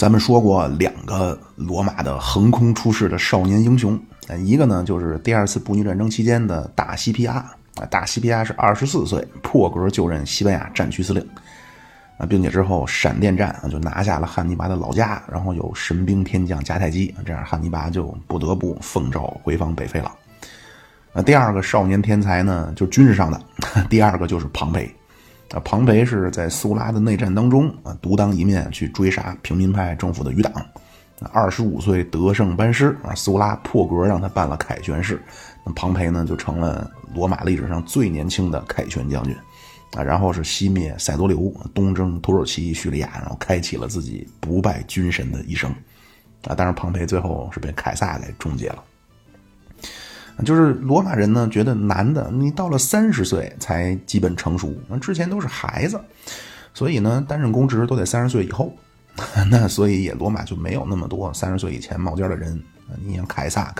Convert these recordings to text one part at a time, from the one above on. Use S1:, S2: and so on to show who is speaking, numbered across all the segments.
S1: 咱们说过两个罗马的横空出世的少年英雄，一个呢就是第二次布匿战争期间的大西皮阿。大西皮阿是24岁破格就任西班牙战区司令，并且之后闪电战就拿下了汉尼拔的老家，然后有神兵天将迦太基，这样汉尼拔就不得不奉诏回防北非了。第二个少年天才呢，就是军事上的，第二个就是庞培。庞培是在苏拉的内战当中独当一面去追杀平民派政府的余党。25岁得胜班师，苏拉破格让他办了凯旋式，那庞培呢就成了罗马历史上最年轻的凯旋将军。然后是西灭塞多留，东征土耳其、叙利亚，然后开启了自己不败军神的一生。当然庞培最后是被凯撒给终结了。就是罗马人呢觉得男的你到了30岁才基本成熟，之前都是孩子，所以呢担任公职都得30岁以后。那所以罗马就没有那么多30岁以前冒尖的人。你像凯撒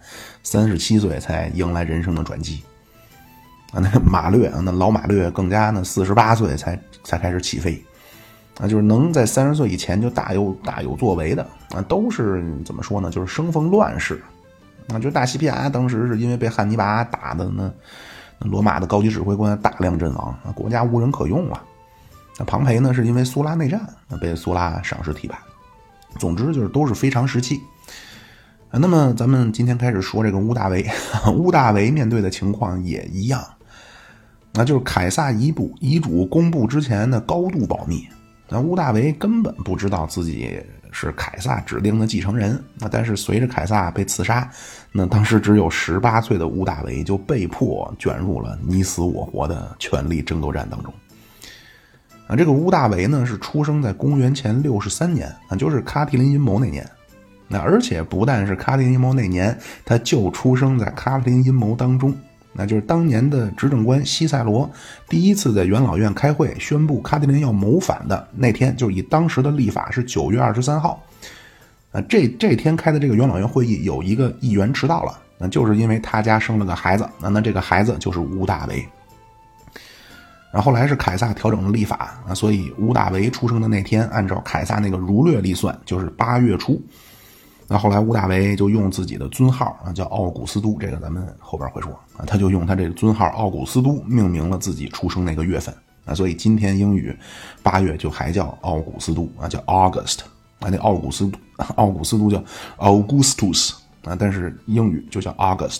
S1: 37岁才迎来人生的转机。那个马略那老马略更加呢48岁才开始起飞。就是能在30岁以前就大有作为的都是怎么说呢，就是生逢乱世。就大西皮阿当时是因为被汉尼拔打的呢，罗马的高级指挥官大量阵亡，国家无人可用了。那庞培呢是因为苏拉内战被苏拉赏识提拔。总之就是都是非常时期。那么咱们今天开始说这个屋大维。屋大维面对的情况也一样，那就是凯撒遗嘱公布之前的高度保密。那屋大维根本不知道自己是凯撒指定的继承人。但是随着凯撒被刺杀，那当时只有18岁的屋大维就被迫卷入了你死我活的权力争夺战当中。这个屋大维呢是出生在公元前63年，就是卡提林阴谋那年。而且不但是卡提林阴谋那年，他就出生在卡提林阴谋当中。那就是当年的执政官西塞罗第一次在元老院开会宣布卡提林要谋反的那天，就是以当时的历法是9月23号。这天开的这个元老院会议有一个议员迟到了，那就是因为他家生了个孩子，那这个孩子就是屋大维。然后后来是凯撒调整了历法，所以屋大维出生的那天按照凯撒那个儒略历算就是8月初。那后来屋大维就用自己的尊号叫奥古斯都，这个咱们后边会说他就用他这个尊号奥古斯都命名了自己出生那个月份。所以今天英语8月就还叫奥古斯都叫 August。那奥古斯都叫 Augustus，但是英语就叫 August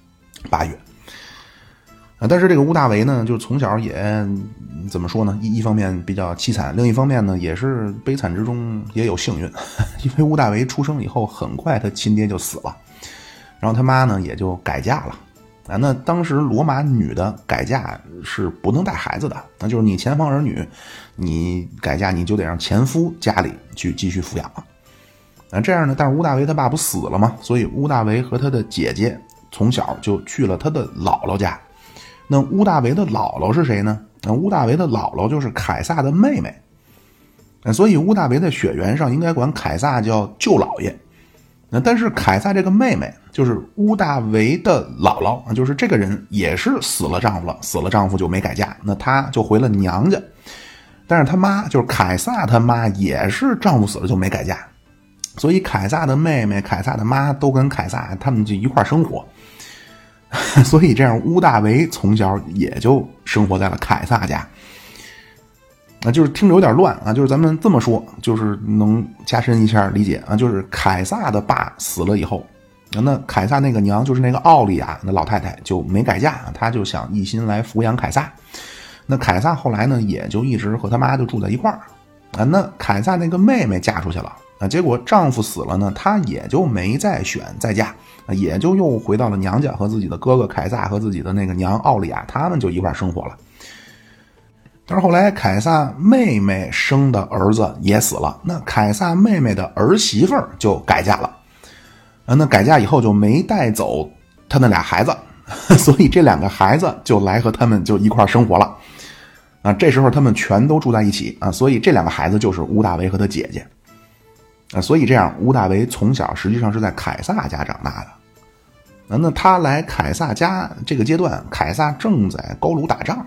S1: 8月。但是这个屋大维呢就从小也怎么说呢，一方面比较凄惨，另一方面呢也是悲惨之中也有幸运。因为屋大维出生以后很快他亲爹就死了，然后他妈呢也就改嫁了。那当时罗马女的改嫁是不能带孩子的，那就是你前方儿女你改嫁你就得让前夫家里去继续抚养了。这样呢，但是屋大维他爸不死了吗？所以屋大维和他的姐姐从小就去了他的姥姥家。那屋大维的姥姥是谁呢？屋大维的姥姥就是凯撒的妹妹。所以屋大维的血缘上应该管凯撒叫舅姥爷。但是凯撒这个妹妹就是屋大维的姥姥，就是这个人也是死了丈夫了，死了丈夫就没改嫁，那她就回了娘家。但是他妈就是凯撒他妈也是丈夫死了就没改嫁，所以凯撒的妹妹凯撒的妈都跟凯撒他们就一块生活。所以这样屋大维从小也就生活在了凯撒家。就是听着有点乱就是咱们这么说就是能加深一下理解就是凯撒的爸死了以后，那凯撒那个娘就是那个奥利亚那老太太就没改嫁，她就想一心来抚养凯撒。那凯撒后来呢也就一直和他妈就住在一块儿那凯撒那个妹妹嫁出去了结果丈夫死了呢，她也就没再选再嫁，也就又回到了娘家，和自己的哥哥凯撒和自己的那个娘奥利亚他们就一块生活了。但是后来凯撒妹妹生的儿子也死了，那凯撒妹妹的儿媳妇就改嫁了那改嫁以后就没带走他那俩孩子所以这两个孩子就来和他们就一块生活了这时候他们全都住在一起所以这两个孩子就是屋大维和他姐姐所以这样屋大维从小实际上是在凯撒家长大的那他来凯撒家这个阶段，凯撒正在高卢打仗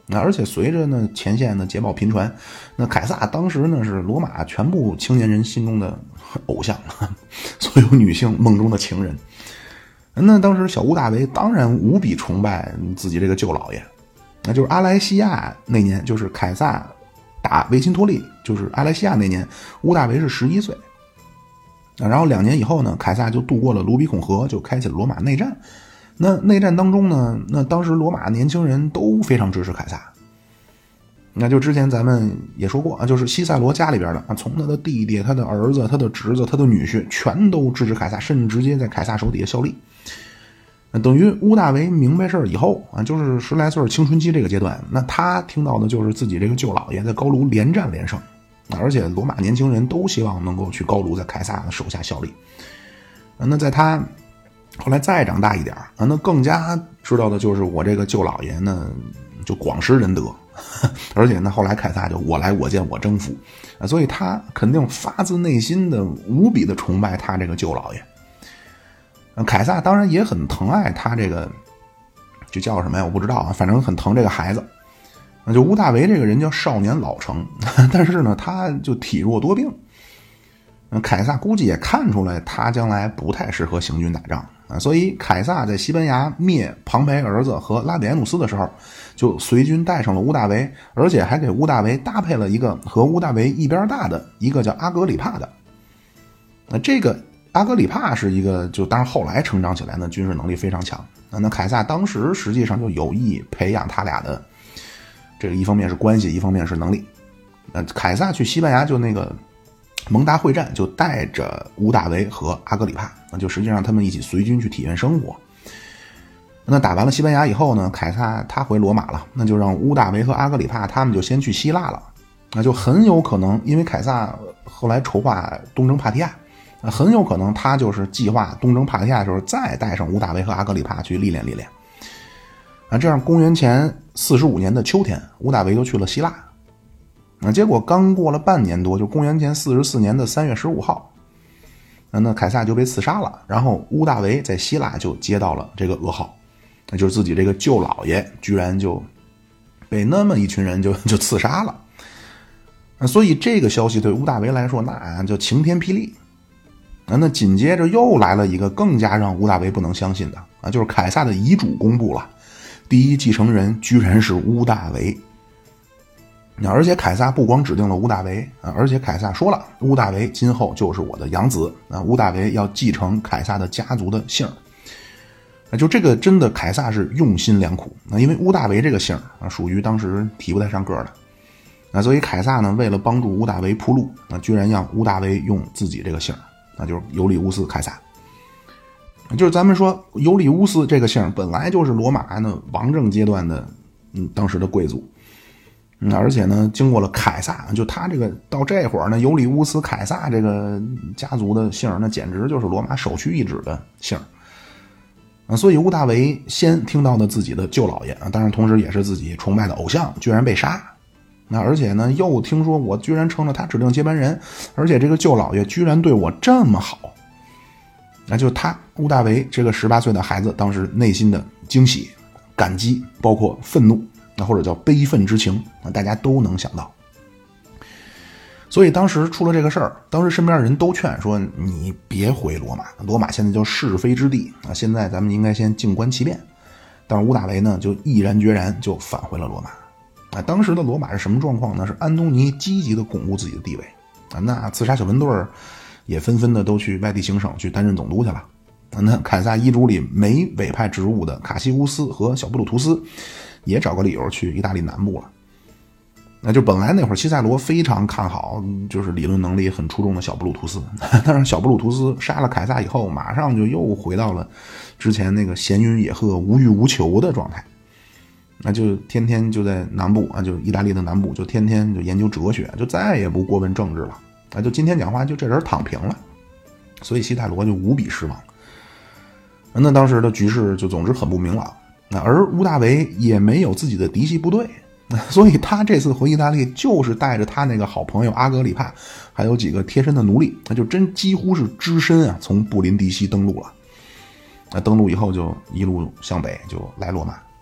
S1: 而且随着呢前线的捷报频传，那凯撒当时呢是罗马全部青年人心中的偶像，所有女性梦中的情人。那当时小屋大维当然无比崇拜自己这个舅老爷，那就是阿莱西亚那年，就是凯撒打维钦托利，就是阿莱西亚那年，屋大维是11岁。然后2年以后呢，凯撒就渡过了卢比孔河，就开启了罗马内战。那内战当中呢，那当时罗马年轻人都非常支持凯撒。那就之前咱们也说过啊，就是西塞罗家里边的啊，从他的弟弟、他的儿子、他的侄子、他的女婿，全都支持凯撒，甚至直接在凯撒手底下效力。等于屋大维明白事儿以后啊，就是10来岁青春期这个阶段，那他听到的就是自己这个舅老爷在高卢连战连胜，而且罗马年轻人都希望能够去高卢在凯撒的手下效力。那在他后来再长大一点啊，那更加知道的就是我这个舅老爷呢就广施仁德，而且呢后来凯撒就我来我见我征服，所以他肯定发自内心的无比的崇拜他这个舅老爷。凯撒当然也很疼爱他这个，就叫什么呀我不知道啊，反正很疼这个孩子。就屋大维这个人叫少年老成，但是呢他就体弱多病。凯撒估计也看出来他将来不太适合行军打仗啊，所以凯撒在西班牙灭庞培儿子和拉比埃努斯的时候，就随军带上了屋大维，而且还给屋大维搭配了一个和屋大维一边大的一个叫阿格里帕的。这个阿格里帕是一个就当然后来成长起来呢军事能力非常强，那凯撒当时实际上就有意培养他俩的这个一方面是关系，一方面是能力。凯撒去西班牙就那个蒙达会战就带着屋大维和阿格里帕，那就实际上他们一起随军去体验生活。那打完了西班牙以后呢，凯撒他回罗马了，那就让屋大维和阿格里帕他们就先去希腊了。那就很有可能因为凯撒后来筹划东征帕提亚，很有可能他就是计划东征帕提亚的时候再带上屋大维和阿格里帕去历练历练。这样公元前45年的秋天，屋大维就去了希腊。结果刚过了半年多，就公元前44年的3月15号，那凯撒就被刺杀了，然后屋大维在希腊就接到了这个噩耗，那就是自己这个舅老爷居然就被那么一群人就刺杀了。所以这个消息对屋大维来说那就晴天霹雳。那紧接着又来了一个更加让屋大维不能相信的就是凯撒的遗嘱公布了，第一继承人居然是屋大维。而且凯撒不光指定了屋大维而且凯撒说了，屋大维今后就是我的养子，屋大维要继承凯撒的家族的姓。就这个真的凯撒是用心良苦，因为屋大维这个姓属于当时提不太上个的，所以凯撒呢为了帮助屋大维铺路，居然让屋大维用自己这个姓，那就是尤里乌斯凯撒。就是咱们说尤里乌斯这个姓本来就是罗马呢王政阶段的当时的贵族，而且呢经过了凯撒，就他这个到这会儿呢尤里乌斯凯撒这个家族的姓那简直就是罗马首屈一指的姓。所以屋大维先听到的自己的舅老爷当然同时也是自己崇拜的偶像居然被杀，而且呢又听说我居然成了他指定接班人，而且这个舅老爷居然对我这么好，那就他屋大维这个18岁的孩子当时内心的惊喜、感激，包括愤怒，或者叫悲愤之情，大家都能想到。所以当时出了这个事儿，当时身边人都劝说你别回罗马，罗马现在叫是非之地现在咱们应该先静观其变。但是屋大维呢就毅然决然就返回了罗马。当时的罗马是什么状况呢？是安东尼积极的巩固自己的地位那刺杀小分队也纷纷的都去外地行省去担任总督去了。那凯撒遗嘱里没委派职务的卡西乌斯和小布鲁图斯也找个理由去意大利南部了。那就本来那会儿西塞罗非常看好就是理论能力很出众的小布鲁图斯，但是小布鲁图斯杀了凯撒以后马上就又回到了之前那个闲云野鹤无欲无求的状态，那就天天就在南部就意大利的南部就天天就研究哲学，就再也不过问政治了就今天讲话就这人躺平了。所以西塞罗就无比失望。那当时的局势就总之很不明朗，而屋大维也没有自己的嫡系部队，所以他这次回意大利就是带着他那个好朋友阿格里帕还有几个贴身的奴隶，那就真几乎是只身从布林迪西登陆了。登陆以后就一路向北就来罗马。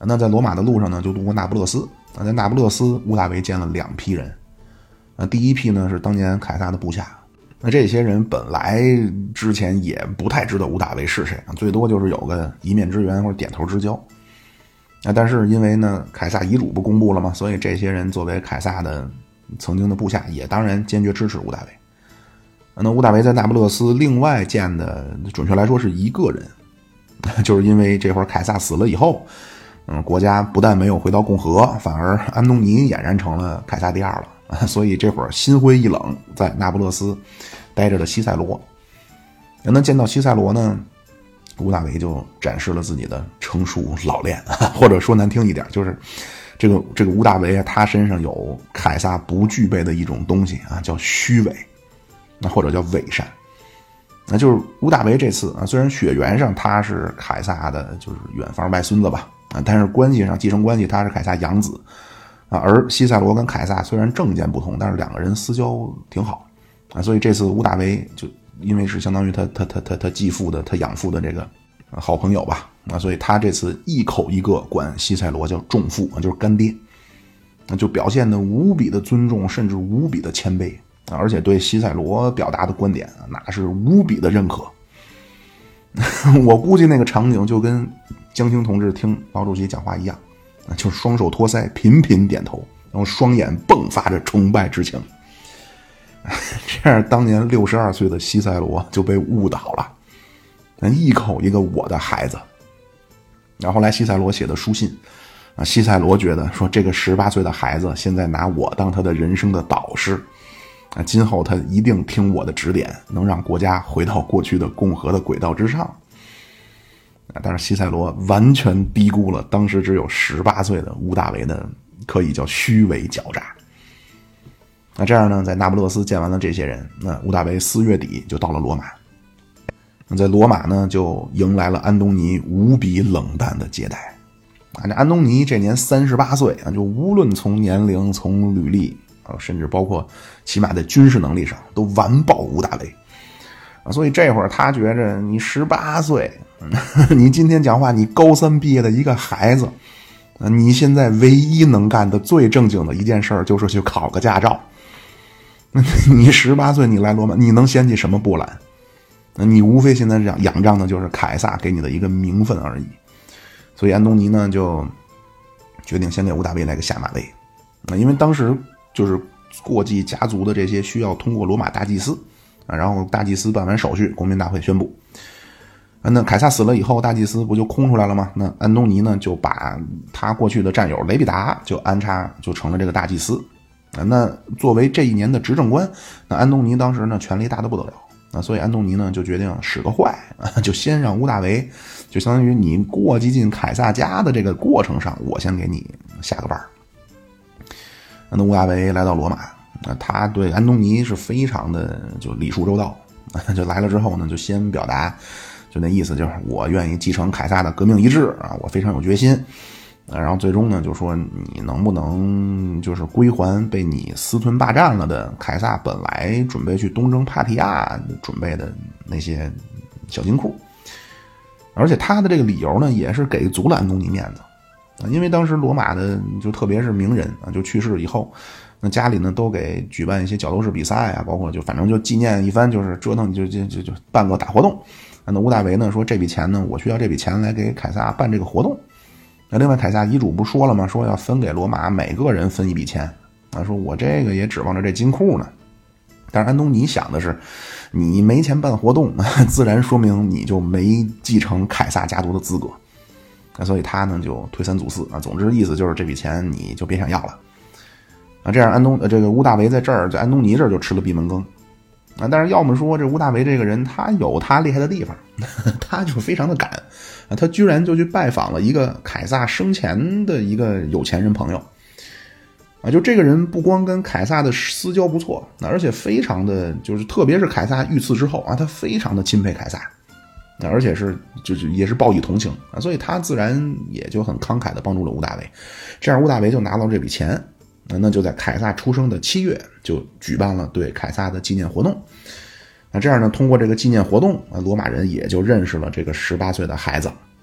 S1: 那在罗马的路上呢，就路过那不勒斯。在那不勒斯，屋大维见了2批人。第一批呢是当年凯撒的部下。那这些人本来之前也不太知道屋大维是谁，最多就是有个一面之缘或者点头之交。但是因为呢凯撒遗嘱不公布了嘛，所以这些人作为凯撒的曾经的部下，也当然坚决支持屋大维。那屋大维在那不勒斯另外见的，准确来说是1个人，就是因为这会儿凯撒死了以后，国家不但没有回到共和，反而安东尼俨然成了凯撒第2了，所以这会儿心灰意冷，在那不勒斯待着的西塞罗。那见到西塞罗呢，屋大维就展示了自己的成熟老练，或者说难听一点，就是这个屋大维他身上有凯撒不具备的一种东西啊，叫虚伪，那或者叫伪善。那就是屋大维这次啊，虽然血缘上他是凯撒的就是远房外孙子吧，但是关系上继承关系他是凯撒养子啊。而西塞罗跟凯撒虽然政见不同，但是2个人私交挺好啊，所以这次屋大维就因为是相当于他继父的他养父的这个好朋友吧啊，所以他这次一口一个管西塞罗叫仲父，就是干爹，那就表现得无比的尊重，甚至无比的谦卑。而且对西塞罗表达的观点那是无比的认可。我估计那个场景就跟江青同志听毛主席讲话一样，就是双手托腮频频点头，然后双眼迸发着崇拜之情。这样当年62岁的西塞罗就被误导了，一口一个我的孩子。然后后来西塞罗写的书信西塞罗觉得说这个18岁的孩子现在拿我当他的人生的导师，今后他一定听我的指点，能让国家回到过去的共和的轨道之上。但是西塞罗完全低估了当时只有18岁的屋大维的可以叫虚伪狡诈。那这样呢，在那不勒斯见完了这些人，那屋大维4月底就到了罗马。那在罗马呢，就迎来了安东尼无比冷淡的接待。这安东尼这年38岁就无论从年龄、从履历甚至包括起码在军事能力上都完爆屋大维所以这会儿他觉着你18岁，你今天讲话你高3毕业的一个孩子，你现在唯一能干的最正经的一件事就是去考个驾照。你18岁你来罗马，你能掀起什么波澜？你无非现在仰仗的就是凯撒给你的一个名分而已。所以安东尼呢就决定先给屋大维来个下马威。因为当时就是过继家族的这些需要通过罗马大祭司然后大祭司办完手续，公民大会宣布。那凯撒死了以后，大祭司不就空出来了吗？那安东尼呢就把他过去的战友雷比达就安插，就成了这个大祭司。那作为这一年的执政官，那安东尼当时呢权力大得不得了所以安东尼呢就决定使个坏就先让屋大维，就相当于你过继进凯撒家的这个过程上，我先给你下个绊。那屋大维来到罗马，他对安东尼是非常的就礼数周到，就来了之后呢，就先表达就那意思，就是我愿意继承凯撒的革命遗志我非常有决心。然后最终呢就说你能不能就是归还被你私吞霸占了的凯撒本来准备去东征帕提亚准备的那些小金库。而且他的这个理由呢也是给足了安东尼面子因为当时罗马的就特别是名人就去世以后，那家里呢都给举办一些角斗士比赛包括就反正就纪念一番，就是折腾就办个大活动。那屋大维呢说这笔钱呢我需要这笔钱来给凯撒办这个活动。那另外凯撒遗嘱不说了吗？说要分给罗马每个人分一笔钱说我这个也指望着这金库呢。但是安东尼想的是，你没钱办活动自然说明你就没继承凯撒家族的资格。所以他呢就推三阻四总之意思就是这笔钱你就别想要了这样这个屋大维在这儿，在安东尼这儿就吃了闭门羹但是要么说这屋大维这个人他有他厉害的地方他就非常的敢他居然就去拜访了一个凯撒生前的一个有钱人朋友就这个人不光跟凯撒的私交不错而且非常的就是特别是凯撒遇刺之后他非常的钦佩凯撒而且是就是也是报以同情所以他自然也就很慷慨的帮助了屋大维。这样屋大维就拿到这笔钱那就在凯撒出生的7月就举办了对凯撒的纪念活动。这样呢通过这个纪念活动罗马人也就认识了这个18岁的孩子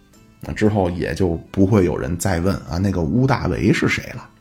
S1: 那之后也就不会有人再问啊那个乌大维是谁了。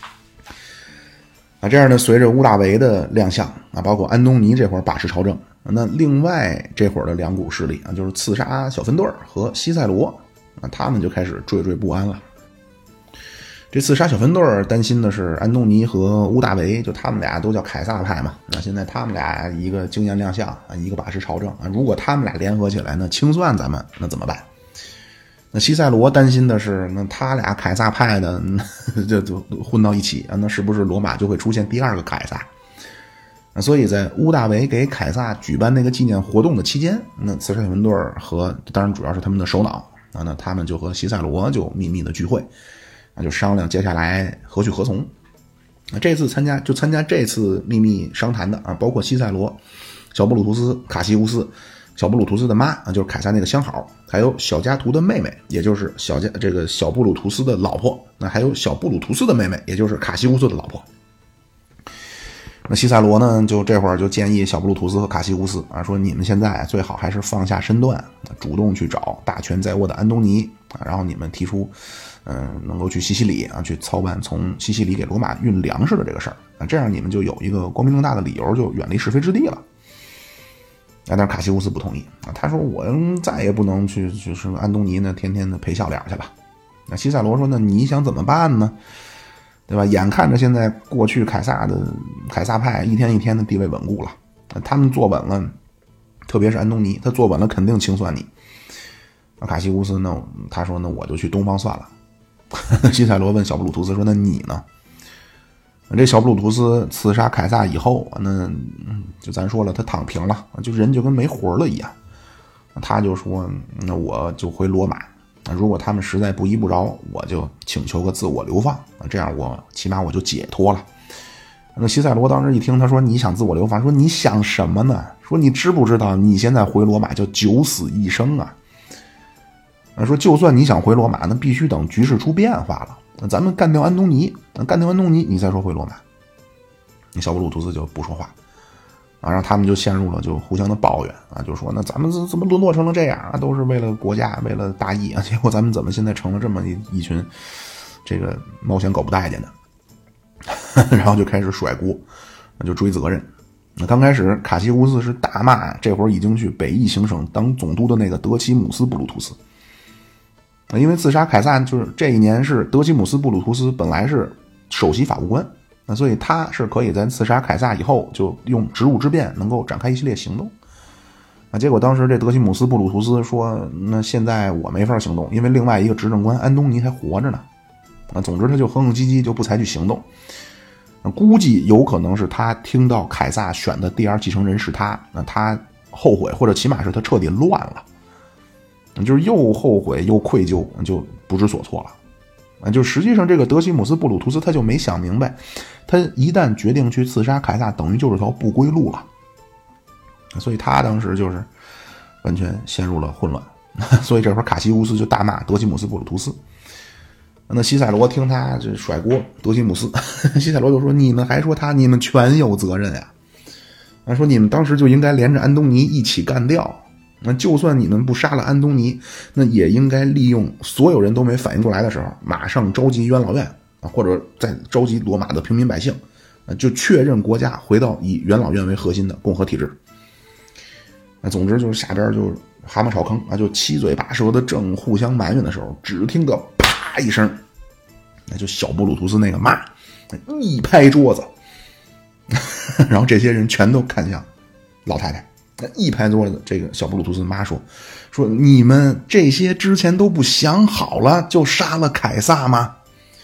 S1: 这样呢，随着乌大维的亮相啊，包括安东尼这会儿把持朝政，那另外这会儿的两股势力啊，就是刺杀小分队和西塞罗啊，他们就开始惴惴不安了。这刺杀小分队担心的是安东尼和乌大维，就他们俩都叫凯撒派嘛，那现在他们俩一个经验亮相啊，一个把持朝政啊，如果他们俩联合起来呢，清算咱们，那怎么办？那西塞罗担心的是，那他俩凯撒派的就混到一起啊，那是不是罗马就会出现第二个凯撒？所以在乌大维给凯撒举办那个纪念活动的期间，那刺杀小分队和当然主要是他们的首脑啊，那他们就和西塞罗就秘密的聚会，就商量接下来何去何从。这次参加这次秘密商谈的啊，包括西塞罗、小布鲁图斯、卡西乌斯。小布鲁图斯的妈啊，就是凯撒那个相好，还有小加图的妹妹，也就是小布鲁图斯的老婆，那还有小布鲁图斯的妹妹，也就是卡西乌斯的老婆。那西塞罗呢，就这会儿就建议小布鲁图斯和卡西乌斯啊，说你们现在最好还是放下身段，主动去找大权在握的安东尼啊，然后你们提出，能够去西西里啊，去操办从西西里给罗马运粮食的这个事儿啊，这样你们就有一个光明正大的理由，就远离是非之地了。但是卡西乌斯不同意啊，他说我再也不能去说安东尼呢天天的陪笑脸去了。那西塞罗说，那你想怎么办呢？对吧？眼看着现在过去凯撒派一天一天的地位稳固了，他们坐稳了，特别是安东尼，他坐稳了肯定清算你。那卡西乌斯呢，他说那我就去东方算了。西塞罗问小布鲁图斯说，那你呢？这小布鲁图斯刺杀凯撒以后，那就咱说了，他躺平了，就人就跟没活了一样。他就说，那我就回罗马，如果他们实在不依不饶，我就请求个自我流放，这样起码我就解脱了。那西塞罗当时一听，他说你想自我流放，说你想什么呢？说你知不知道你现在回罗马就九死一生啊？说就算你想回罗马，那必须等局势出变化了。咱们干掉安东尼，你再说回罗马。小布鲁图斯就不说话啊，然后他们就陷入了就互相的抱怨啊，就说那咱们怎么沦落成了这样啊？都是为了国家，为了大义啊，结果咱们怎么现在成了这么一群这个冒险狗不待见的？然后就开始甩锅，就追责任。那刚开始卡西乌斯是大骂这会儿已经去北翼行省当总督的那个德奇姆斯布鲁图斯。因为刺杀凯撒就是这一年是德奇姆斯布鲁图斯本来是首席法务官，那所以他是可以在刺杀凯撒以后就用职务之便能够展开一系列行动。结果当时这德奇姆斯布鲁图斯说，那现在我没法行动，因为另外一个执政官安东尼还活着呢。总之他就哼哼唧唧就不采取行动。估计有可能是他听到凯撒选的第二继承人是他，那他后悔，或者起码是他彻底乱了。就是又后悔又愧疚，就不知所措了。就实际上这个德西姆斯布鲁图斯他就没想明白，他一旦决定去刺杀凯撒，等于就是条不归路了。所以他当时就是完全陷入了混乱。所以这会儿卡西乌斯就大骂德西姆斯布鲁图斯。那西塞罗听他就甩锅德西姆斯，西塞罗就说，你们还说他，你们全有责任呀。说你们当时就应该连着安东尼一起干掉。那就算你们不杀了安东尼，那也应该利用所有人都没反应过来的时候，马上召集元老院啊，或者再召集罗马的平民百姓，就确认国家回到以元老院为核心的共和体制。那总之就是下边就蛤蟆炒坑啊，就七嘴八舌的正互相埋怨的时候，只听个啪一声，那就小布鲁图斯那个骂，一拍桌子，然后这些人全都看向老太太。一拍桌子，这个小布鲁图斯妈说你们这些之前都不想好了就杀了凯撒吗？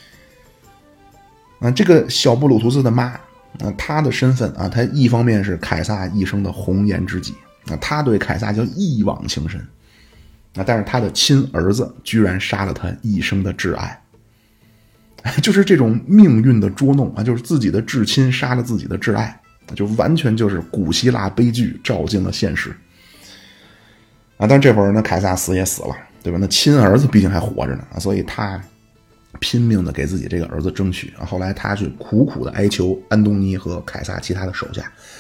S1: 这个小布鲁图斯的妈，她的身份啊，她一方面是凯撒一生的红颜知己，她对凯撒叫一往情深，但是她的亲儿子居然杀了她一生的挚爱。就是这种命运的捉弄啊，就是自己的至亲杀了自己的挚爱，就完全就是古希腊悲剧照进了现实但这会儿呢，凯撒死也死了，对吧？那亲儿子毕竟还活着呢所以他拼命的给自己这个儿子争取后来他去苦苦的哀求安东尼和凯撒其他的手下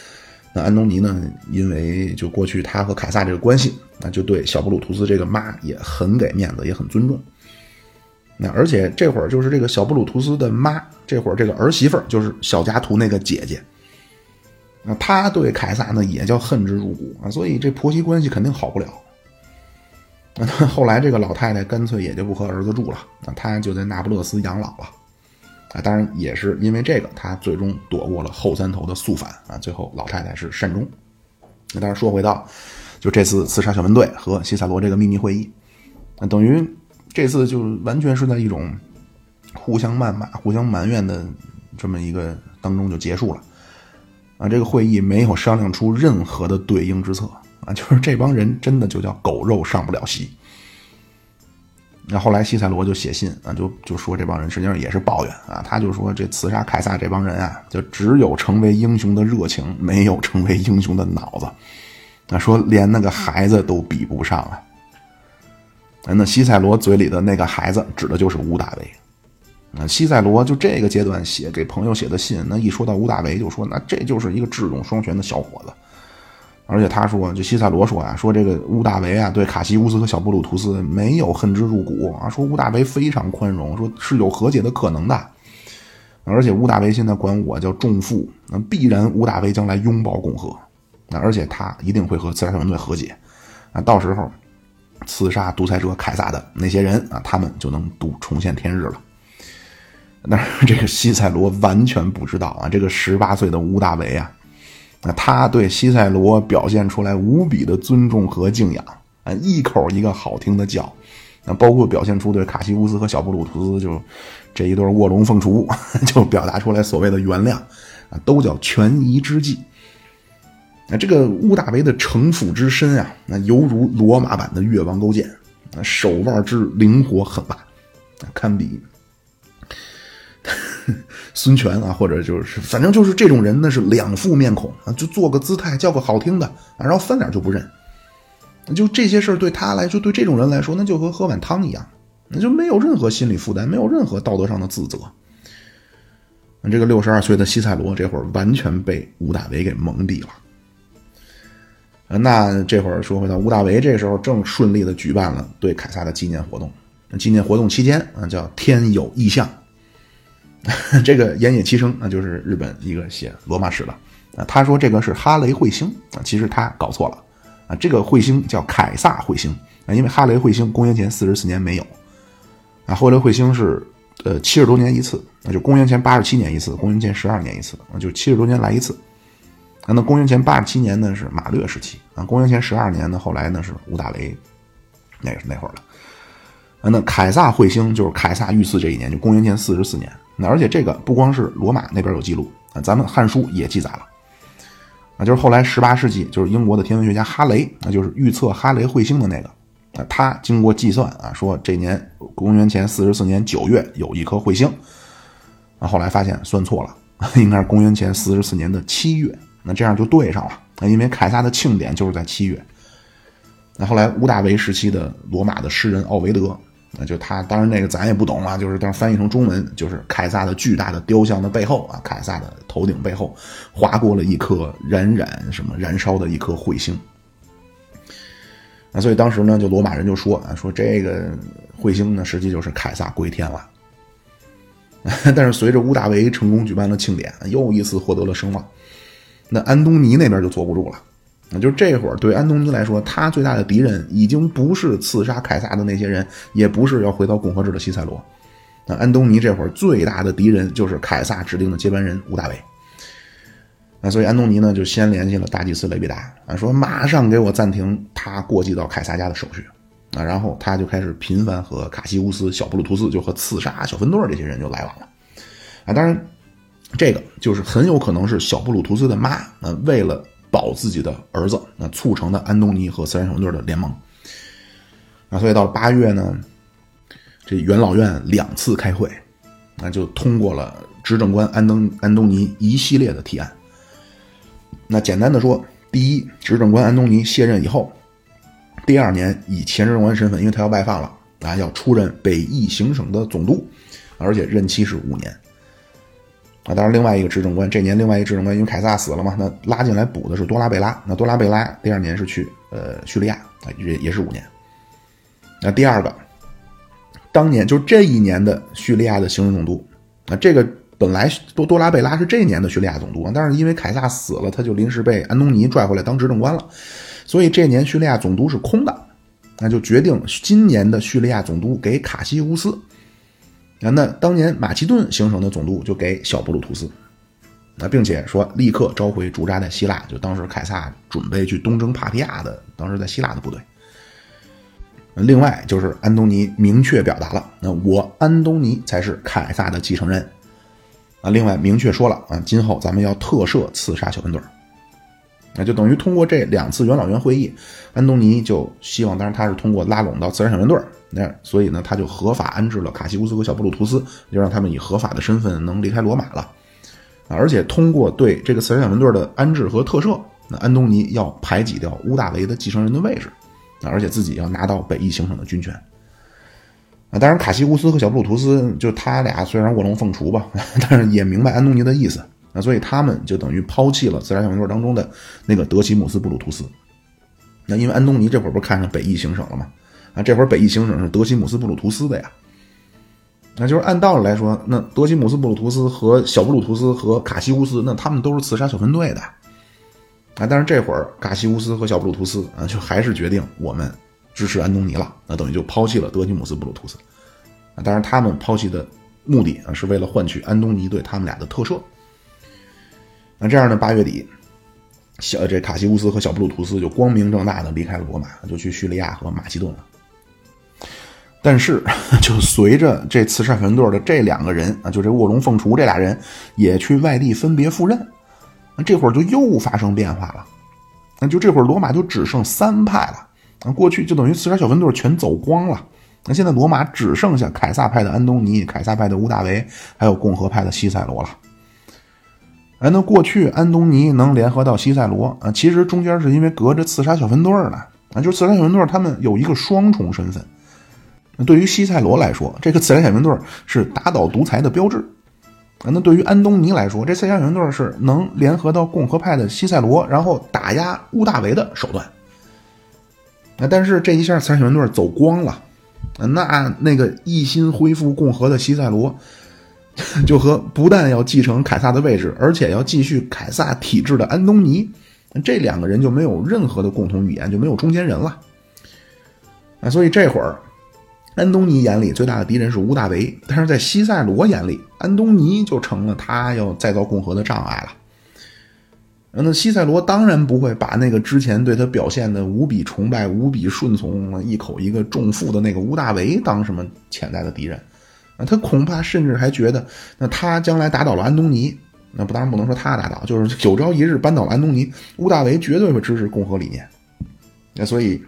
S1: 那安东尼呢，因为就过去他和凯撒这个关系，那就对小布鲁图斯这个妈也很给面子，也很尊重。那而且这会儿就是这个小布鲁图斯的妈，这会儿这个儿媳妇就是小加图那个姐姐，那她对凯撒呢也叫恨之入骨啊，所以这婆媳关系肯定好不了。那后来这个老太太干脆也就不和儿子住了，那她就在那不勒斯养老了。啊，当然也是因为这个，他最终躲过了后三头的肃反啊，最后老太太是善终。那当然说回到，就这次刺杀小分队和西塞罗这个秘密会议，那等于这次就完全是在一种互相谩骂、互相埋怨的这么一个当中就结束了。啊，这个会议没有商量出任何的对应之策啊，就是这帮人真的就叫狗肉上不了席。那后来西塞罗就写信啊，就说这帮人实际上也是抱怨啊，他就说这刺杀凯撒这帮人啊，就只有成为英雄的热情，没有成为英雄的脑子。那说连那个孩子都比不上啊。那西塞罗嘴里的那个孩子指的就是乌大维。那西塞罗就这个阶段写给朋友写的信，那一说到乌大维就说那这就是一个智勇双全的小伙子。而且他说，就西塞罗说啊，说这个乌大维啊，对卡西乌斯和小布鲁图斯没有恨之入骨啊，说乌大维非常宽容，说是有和解的可能的。而且乌大维现在管我叫仲父，那必然乌大维将来拥抱共和，那而且他一定会和刺杀小分队和解啊，到时候刺杀独裁者凯撒的那些人啊，他们就能重现天日了。但是这个西塞罗完全不知道啊，这个18岁的乌大维啊。那他对西塞罗表现出来无比的尊重和敬仰啊，一口一个好听的叫，那包括表现出对卡西乌斯和小布鲁图斯就这一对卧龙凤雏，就表达出来所谓的原谅啊，都叫权宜之计。那这个乌大维的城府之深啊，那犹如罗马版的越王勾践，手腕之灵活狠辣，堪比孙权啊，或者就是反正就是这种人呢是两副面孔啊，就做个姿态叫个好听的啊，然后翻脸就不认。就这些事对他来说，对这种人来说，那就和喝碗汤一样，那就没有任何心理负担，没有任何道德上的自责。这个62岁的西塞罗这会儿完全被乌大维给蒙蔽了。那这会儿说回到乌大维，这时候正顺利的举办了对凯撒的纪念活动。纪念活动期间啊，叫天有异象。这个岩野七生那就是日本一个写罗马史的啊，他说这个是哈雷彗星啊，其实他搞错了啊，这个彗星叫凯撒彗星啊，因为哈雷彗星公元前44年没有啊，哈雷彗星是70多年一次，那就公元前87年一次，公元前12年一次，就70多年来一次。那公元前87年呢是马略时期啊，公元前12年呢后来呢是乌大维那会儿了。那凯撒彗星就是凯撒遇刺这一年，就公元前44年。那而且这个不光是罗马那边有记录啊，咱们汉书也记载了啊，就是后来18世纪，就是英国的天文学家哈雷，那就是预测哈雷彗星的那个啊，他经过计算啊，说这年公元前44年9月有一颗彗星啊，后来发现算错了，应该是公元前44年的7月，那这样就对上了，因为凯撒的庆典就是在7月。那后来乌大维时期的罗马的诗人奥维德，那就他当然那个咱也不懂啊，就是当翻译成中文就是凯撒的巨大的雕像的背后啊，凯撒的头顶背后划过了一颗燃烧的一颗彗星。那所以当时呢，就罗马人就说啊，说这个彗星呢实际就是凯撒归天了。但是随着乌大维成功举办了庆典，又一次获得了声望，那安东尼那边就坐不住了。那就这会儿对安东尼来说，他最大的敌人已经不是刺杀凯撒的那些人，也不是要回到共和制的西塞罗。那安东尼这会儿最大的敌人就是凯撒指定的接班人乌大维。那所以安东尼呢就先联系了大祭司雷比达啊，说马上给我暂停他过继到凯撒家的手续啊，然后他就开始频繁和卡西乌斯、小布鲁图斯就和刺杀小分队这些人就来往了啊。当然这个就是很有可能是小布鲁图斯的妈为了保自己的儿子，那促成的安东尼和刺杀小分队的联盟啊。所以到了8月呢，这元老院2次开会，那就通过了执政官安东尼一系列的提案。那简单的说，第一，执政官安东尼卸任以后，第2年以前执政官身份，因为他要外放了啊，要出任北翼行省的总督，而且任期是5年。 当然另外一个执政官，这年另外一个执政官因为凯撒死了嘛，那拉进来补的是多拉贝拉。那多拉贝拉第2年是去叙利亚，也是5年。那第二个，当年就这一年的叙利亚的行政总督，这个本来多拉贝拉是这一年的叙利亚总督，但是因为凯撒死了，他就临时被安东尼拽回来当执政官了，所以这年叙利亚总督是空的，那就决定今年的叙利亚总督给卡西乌斯。那当年马其顿行省的总督就给小布鲁图斯，并且说立刻召回驻扎在希腊，就当时凯撒准备去东征帕提亚的，当时在希腊的部队。另外就是安东尼明确表达了，那我安东尼才是凯撒的继承人。另外明确说了今后咱们要特赦刺杀小分队。那就等于通过这2次元老院会议，安东尼就希望，当然他是通过拉拢到刺杀小分队，那所以呢他就合法安置了卡西乌斯和小布鲁图斯，就让他们以合法的身份能离开罗马了。而且通过对这个刺杀小分队的安置和特赦，那安东尼要排挤掉屋大维的继承人的位置，而且自己要拿到北翼行省的军权。当然卡西乌斯和小布鲁图斯就他俩虽然卧龙凤雏吧，但是也明白安东尼的意思，所以他们就等于抛弃了刺杀小分队当中的那个德西姆斯布鲁图斯。那因为安东尼这会儿不是看上北翼行省了吗？这会儿北翼行省是德西姆斯布鲁图斯的呀。那就是按道理来说，那德西姆斯布鲁图斯和小布鲁图斯和卡西乌斯，那他们都是刺杀小分队的。但是这会儿卡西乌斯和小布鲁图斯就还是决定我们支持安东尼了，那等于就抛弃了德西姆斯布鲁图斯。当然他们抛弃的目的是为了换取安东尼对他们俩的特赦。那这样呢，8月底这卡西乌斯和小布鲁图斯就光明正大的离开了罗马，就去叙利亚和马其顿了。但是就随着这刺杀小分队的这2个人就这卧龙凤雏这俩人也去外地分别赴任，这会儿就又发生变化了。那就这会儿罗马就只剩3派了，过去就等于刺杀小分队全走光了。那现在罗马只剩下凯撒派的安东尼、凯撒派的屋大维，还有共和派的西塞罗了。那过去安东尼能联合到西塞罗其实中间是因为隔着刺杀小分队呢。就是刺杀小分队他们有一个双重身份。对于西塞罗来说，这个刺杀小分队是打倒独裁的标志。那对于安东尼来说，这刺杀小分队是能联合到共和派的西塞罗，然后打压屋大维的手段。但是这一下刺杀小分队走光了，那个一心恢复共和的西塞罗就和不但要继承凯撒的位置，而且要继续凯撒体制的安东尼，这2个人就没有任何的共同语言，就没有中间人了。所以这会儿安东尼眼里最大的敌人是屋大维，但是在西塞罗眼里，安东尼就成了他要再造共和的障碍了。那西塞罗当然不会把那个之前对他表现的无比崇拜、无比顺从、一口一个重负的那个屋大维当什么潜在的敌人。他恐怕甚至还觉得，那他将来打倒了安东尼，那当然不能说他打倒，就是有朝一日扳倒了安东尼，屋大维绝对会支持共和理念。那所以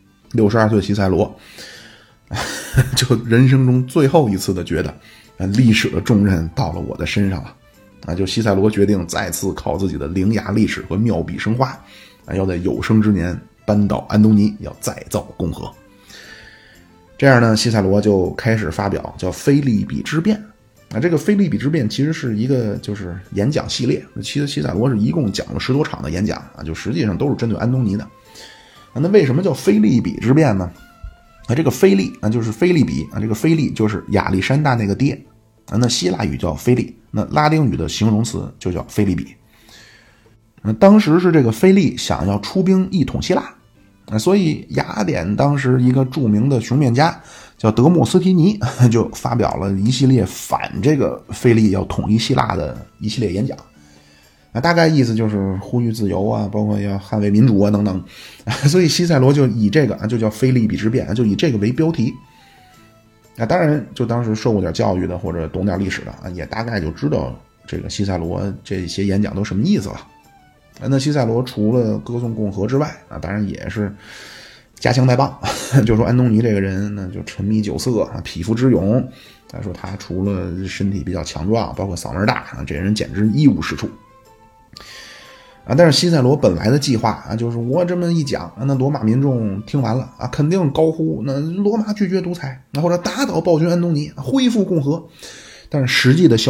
S1: 62岁的西塞罗就人生中最后一次的觉得历史的重任到了我的身上了。就西塞罗决定再次靠自己的伶牙俐齿和妙笔生花，要在有生之年扳倒安东尼，要再造共和。这样呢，西塞罗就开始发表叫菲利比之辩。这个菲利比之辩其实是一个就是演讲系列，其实西塞罗是一共讲了10多场的演讲就实际上都是针对安东尼的。那为什么叫菲利比之辩呢？这个菲利就是菲利比这个菲利就是亚历山大那个爹那希腊语叫菲利，那拉丁语的形容词就叫菲利比。当时是这个菲利想要出兵一统希腊，所以雅典当时一个著名的雄辩家叫德莫斯提尼就发表了一系列反这个菲利要统一希腊的一系列演讲。大概意思就是呼吁自由包括要捍卫民主等等。所以西塞罗就以这个就叫菲利比之辩，就以这个为标题。当然就当时受过点教育的或者懂点历史的也大概就知道这个西塞罗这些演讲都什么意思了。那西塞罗除了歌颂共和之外当然也是加强带棒，就说安东尼这个人呢就沉迷酒色匹夫之勇。他说他除了身体比较强壮，包括嗓门大这人简直一无是处。但是西塞罗本来的计划就是我这么一讲那罗马民众听完了肯定高呼那罗马拒绝独裁，或者打倒暴君安东尼，恢复共和。但是实际的效果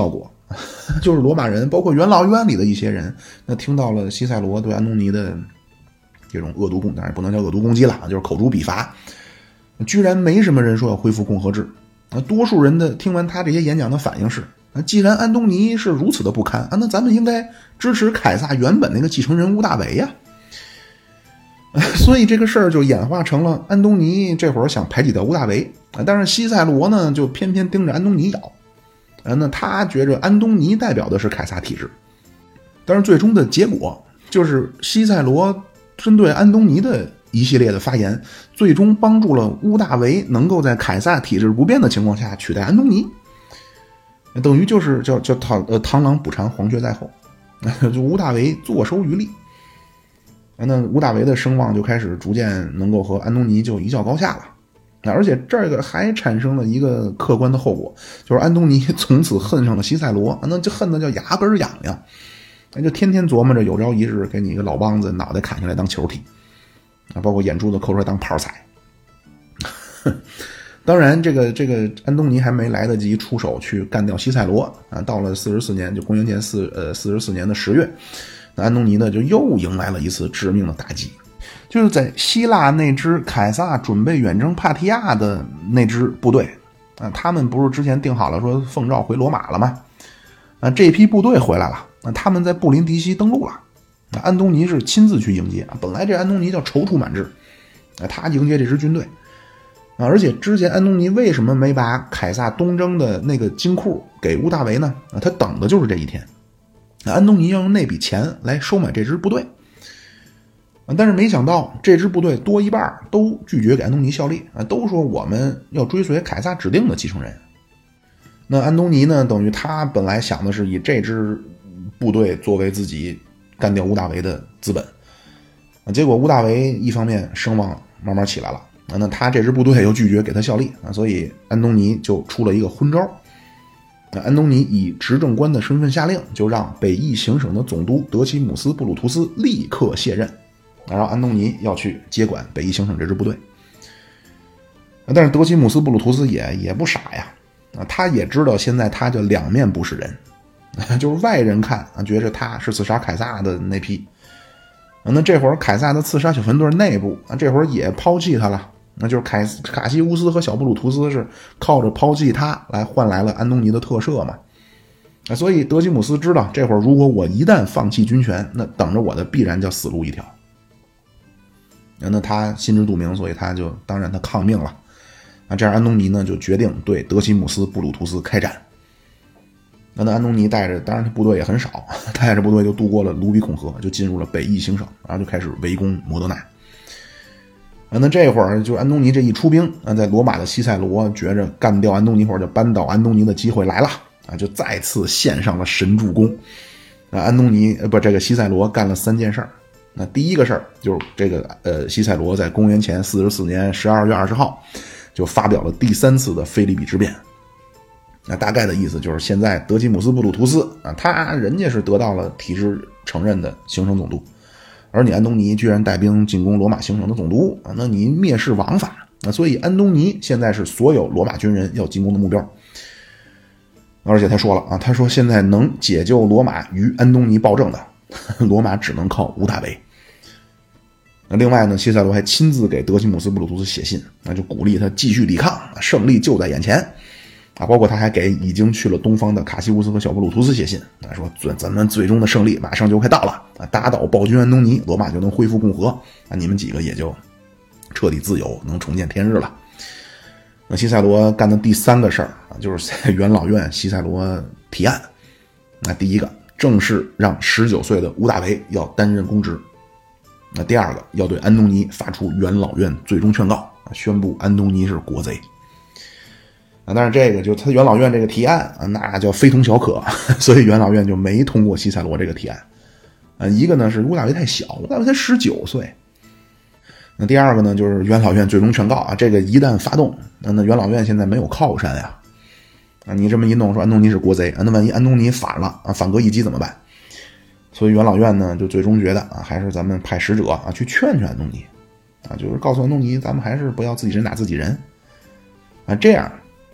S1: 就是罗马人，包括元老院里的一些人，那听到了西塞罗对安东尼的这种恶毒攻，当然不能叫恶毒攻击了，就是口诛笔伐，居然没什么人说要恢复共和制。多数人的听完他这些演讲的反应是，既然安东尼是如此的不堪，那咱们应该支持凯撒原本那个继承人屋大维呀。所以这个事儿就演化成了安东尼这会儿想排挤掉屋大维，但是西塞罗呢就偏偏盯着安东尼咬。那他觉着安东尼代表的是凯撒体制，但是最终的结果就是西塞罗针对安东尼的一系列的发言，最终帮助了屋大维能够在凯撒体制不变的情况下取代安东尼，等于就是叫螳螂捕蝉，黄雀在后，就屋大维坐收渔利。那屋大维的声望就开始逐渐能够和安东尼就一较高下了。而且这个还产生了一个客观的后果，就是安东尼从此恨上了西塞罗，那就恨得叫牙根痒痒，就天天琢磨着有朝一日给你一个老梆子脑袋砍下来当球踢，包括眼珠子抠出来当炮踩。当然这个安东尼还没来得及出手去干掉西塞罗到了44年，就公元前44年的10月，那安东尼呢就又迎来了一次致命的打击。就是在希腊那支凯撒准备远征帕提亚的那支部队他们不是之前定好了说奉诏回罗马了吗？这批部队回来了，他们在布林迪西登陆了，安东尼是亲自去迎接。本来这安东尼叫踌躇满志，他迎接这支军队而且之前安东尼为什么没把凯撒东征的那个金库给屋大维呢？他等的就是这一天，安东尼要用那笔钱来收买这支部队。但是没想到这支部队多一半都拒绝给安东尼效力都说我们要追随凯撒指定的继承人。那安东尼呢，等于他本来想的是以这支部队作为自己干掉屋大维的资本结果屋大维一方面声望慢慢起来了那他这支部队又拒绝给他效力所以安东尼就出了一个昏招。安东尼以执政官的身份下令，就让北翼行省的总督德奇姆斯·布鲁图斯立刻卸任，然后安东尼要去接管北翼行省这支部队。但是德奇姆斯·布鲁图斯也不傻呀，他也知道现在他就两面不是人，就是外人看觉着他是刺杀凯撒的那批，那这会儿凯撒的刺杀小分队内部这会儿也抛弃他了，那就是卡西乌斯和小布鲁图斯是靠着抛弃他来换来了安东尼的特赦嘛。所以德基姆斯知道这会儿如果我一旦放弃军权，那等着我的必然叫死路一条。那他心知肚明，所以他就当然他抗命了。这样安东尼呢就决定对德西姆斯布鲁图斯开战。那安东尼带着，当然他部队也很少，带着部队就渡过了卢比孔河，就进入了北翼行省，然后就开始围攻摩德纳。那这会儿就安东尼这一出兵，在罗马的西塞罗觉着干掉安东尼或者扳倒安东尼的机会来了就再次献上了神助攻。安东尼这个西塞罗干了3件事儿。那第一个事儿就是这个西塞罗在公元前44年12月20号就发表了第3次的腓立比之辩。那大概的意思就是现在德基姆斯布鲁图斯人家是得到了体制承认的行省总督，而你安东尼居然带兵进攻罗马行省的总督那你蔑视王法所以安东尼现在是所有罗马军人要进攻的目标。而且他说了他说现在能解救罗马与安东尼暴政的罗马只能靠屋大维。另外呢，西塞罗还亲自给德西姆斯布鲁图斯写信就鼓励他继续抵抗，胜利就在眼前包括他还给已经去了东方的卡西乌斯和小布鲁图斯写信说咱们最终的胜利马上就快到了打倒暴君安东尼，罗马就能恢复共和你们几个也就彻底自由，能重见天日了。那西塞罗干的第3个事儿就是在元老院西塞罗提案。那第一个正式让19岁的屋大维要担任公职。那第二个要对安东尼发出元老院最终劝告，宣布安东尼是国贼。但是这个就他元老院这个提案那叫非同小可，所以元老院就没通过西塞罗这个提案。一个呢是屋大维太小，屋大维才19岁。那第二个呢就是元老院最终劝告这个一旦发动，那元老院现在没有靠山呀。你这么一弄说安东尼是国贼那万一安东尼反了反戈一击怎么办？所以元老院呢就最终觉得还是咱们派使者去劝劝安东尼就是告诉安东尼咱们还是不要自己人打自己人这样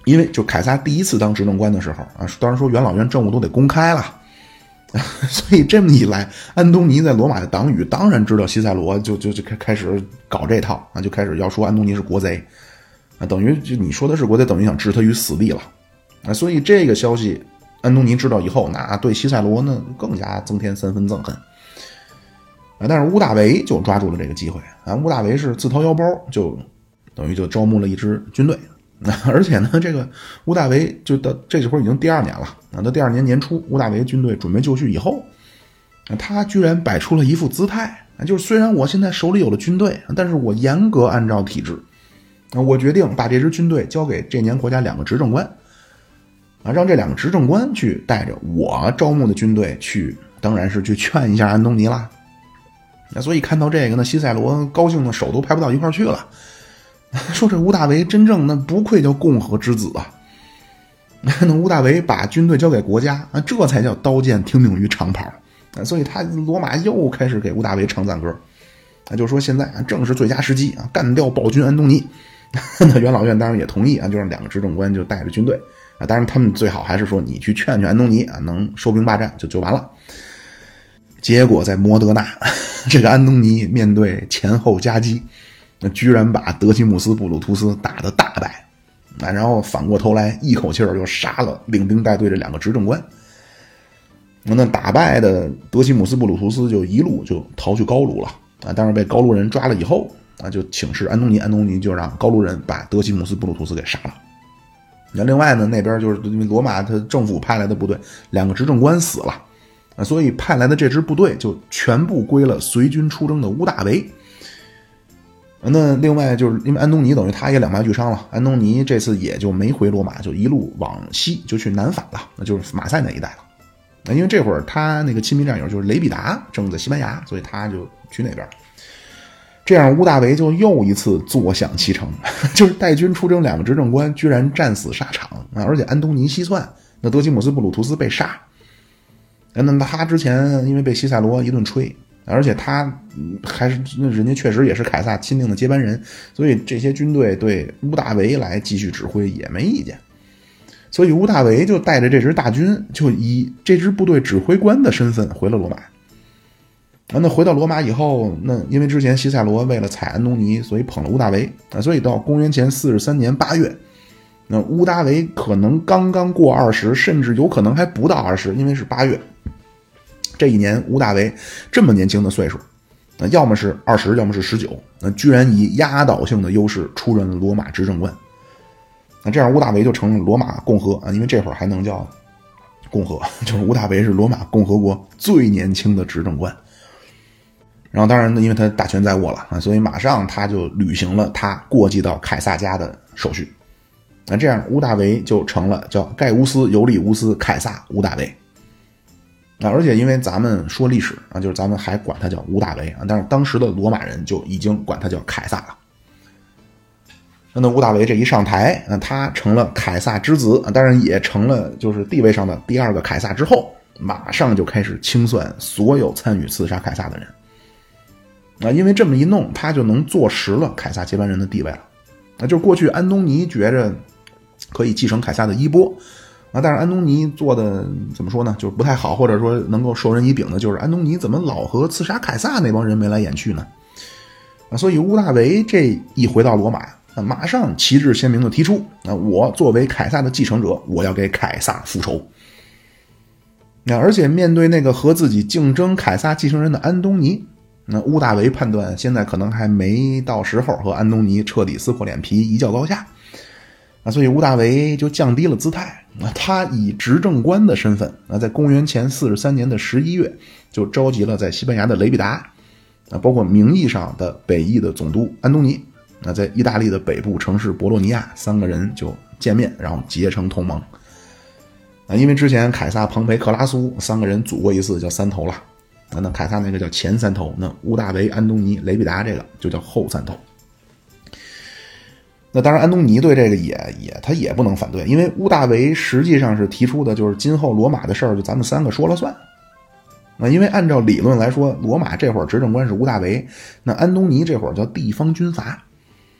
S1: 因为就凯撒第一次当执政官的时候啊，当然说元老院政务都得公开了，所以这么一来，安东尼在罗马的党羽当然知道西塞罗就开始搞这套啊，就开始要说安东尼是国贼啊，等于就你说的是国贼，等于想置他于死地了啊，所以这个消息安东尼知道以后，那对西塞罗呢更加增添3分憎恨啊。但是屋大维就抓住了这个机会啊，屋大维是自掏腰包就等于就招募了一支军队。而且呢，这个屋大维就到这会儿已经第2年了啊。到第2年年初，屋大维军队准备就绪以后，他居然摆出了一副姿态，就是虽然我现在手里有了军队，但是我严格按照体制，我决定把这支军队交给这年国家2个执政官啊，让这2个执政官去带着我招募的军队去，当然是去劝一下安东尼啦。所以看到这个呢，西塞罗高兴的手都拍不到一块去了。说这屋大维真正那不愧叫共和之子啊！那屋大维把军队交给国家啊，这才叫刀剑听命于长袍啊！所以他罗马又开始给屋大维唱赞歌啊，就说现在正是最佳时机啊，干掉暴君安东尼。那元老院当然也同意啊，就让2个执政官就带着军队啊，当然他们最好还是说你去劝劝安东尼啊，能收兵霸占就完了。结果在摩德纳，这个安东尼面对前后夹击，那居然把德西姆斯布鲁图斯打得大败啊，然后反过头来一口气就杀了领兵带队这2个执政官。那打败的德西姆斯布鲁图斯就一路就逃去高卢了啊，但是被高卢人抓了以后啊，就请示安东尼，安东尼就让高卢人把德西姆斯布鲁图斯给杀了。那另外呢，那边就是因为罗马他政府派来的部队2个执政官死了啊，所以派来的这支部队就全部归了随军出征的屋大维。那另外就是因为安东尼等于他也两败俱伤了，安东尼这次也就没回罗马，就一路往西就去南法了，那就是马赛那一带了。因为这会儿他那个亲密战友就是雷比达正在西班牙，所以他就去那边。这样屋大维就又一次坐享其成，就是带军出征2个执政官居然战死沙场啊！而且安东尼西窜，那德西姆斯布鲁图斯被杀。那他之前因为被西塞罗一顿吹，而且他还是人家确实也是凯撒钦定的接班人，所以这些军队对屋大维来继续指挥也没意见。所以屋大维就带着这支大军，就以这支部队指挥官的身份回了罗马。那回到罗马以后，那因为之前西塞罗为了踩安东尼，所以捧了屋大维，所以到公元前43年8月，那屋大维可能刚刚过20，甚至有可能还不到20，因为是8月。这一年屋大维这么年轻的岁数，要么是20，要么是19，那居然以压倒性的优势出任了罗马执政官。那这样屋大维就成了罗马共和啊，因为这会儿还能叫共和，就是屋大维是罗马共和国最年轻的执政官。然后当然呢，因为他大权在握了啊，所以马上他就履行了他过继到凯撒家的手续。那这样屋大维就成了叫盖乌斯尤利乌斯凯撒屋大维。而且因为咱们说历史啊，就是咱们还管他叫屋大维啊，但是当时的罗马人就已经管他叫凯撒了。那屋大维这一上台，他成了凯撒之子，当然也成了就是地位上的第2个凯撒之后，马上就开始清算所有参与刺杀凯撒的人。因为这么一弄，他就能坐实了凯撒接班人的地位了。就是过去安东尼觉着可以继承凯撒的衣钵但是安东尼做的怎么说呢，就是不太好，或者说能够授人以柄的就是安东尼怎么老和刺杀凯撒那帮人眉来眼去呢？所以屋大维这一回到罗马，马上旗帜鲜明的提出，我作为凯撒的继承者，我要给凯撒复仇。而且面对那个和自己竞争凯撒继承人的安东尼，那屋大维判断现在可能还没到时候和安东尼彻底撕破脸皮一较高下，所以屋大维就降低了姿态，他以执政官的身份，在公元前43年的11月就召集了在西班牙的雷比达，包括名义上的北翼的总督安东尼，在意大利的北部城市博洛尼亚，3个人就见面，然后结成同盟。因为之前凯撒、蓬培、克拉苏3个人组过一次叫3头了，那凯撒那个叫前3头，那屋大维、安东尼、雷比达这个就叫后3头。那当然安东尼对这个他也不能反对，因为屋大维实际上是提出的就是今后罗马的事儿就咱们3个说了算。因为按照理论来说，罗马这会儿执政官是屋大维，那安东尼这会儿叫地方军阀。